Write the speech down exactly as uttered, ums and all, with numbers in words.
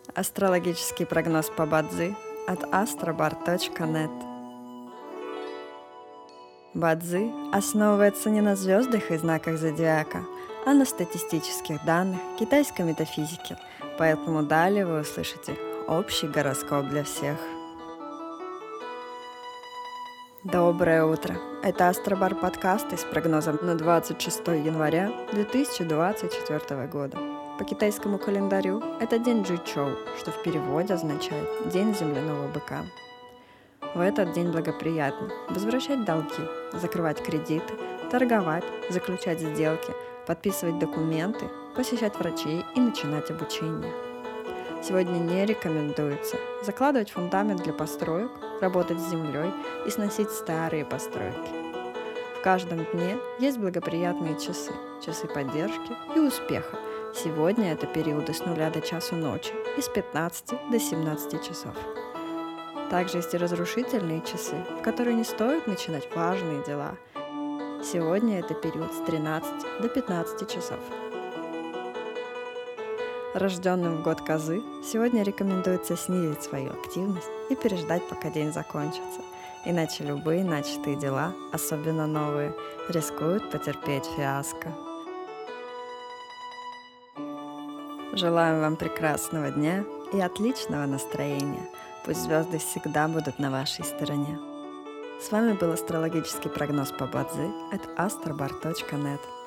Астрологический прогноз по Бадзи от астробар точка нет. Бадзи основывается не на звездах и знаках зодиака, а на статистических данных китайской метафизики, поэтому далее вы услышите общий гороскоп для всех. Доброе утро! Это Астробар подкасты с прогнозом на двадцать шестое января две тысячи двадцать четвёртого года. По китайскому календарю это день Джичоу, что в переводе означает «День земляного быка». В этот день благоприятно возвращать долги, закрывать кредиты, торговать, заключать сделки, подписывать документы, посещать врачей и начинать обучение. Сегодня не рекомендуется закладывать фундамент для построек, работать с землей и сносить старые постройки. В каждом дне есть благоприятные часы, часы поддержки и успеха. Сегодня это периоды с нуля до часу ночи и с пятнадцати до семнадцати часов. Также есть и разрушительные часы, в которые не стоит начинать важные дела. Сегодня это период с тринадцати до пятнадцати часов. Рожденным в год Козы сегодня рекомендуется снизить свою активность и переждать, пока день закончится. Иначе любые начатые дела, особенно новые, рискуют потерпеть фиаско. Желаем вам прекрасного дня и отличного настроения. Пусть звезды всегда будут на вашей стороне. С вами был астрологический прогноз по Бадзи от астробар точка нет.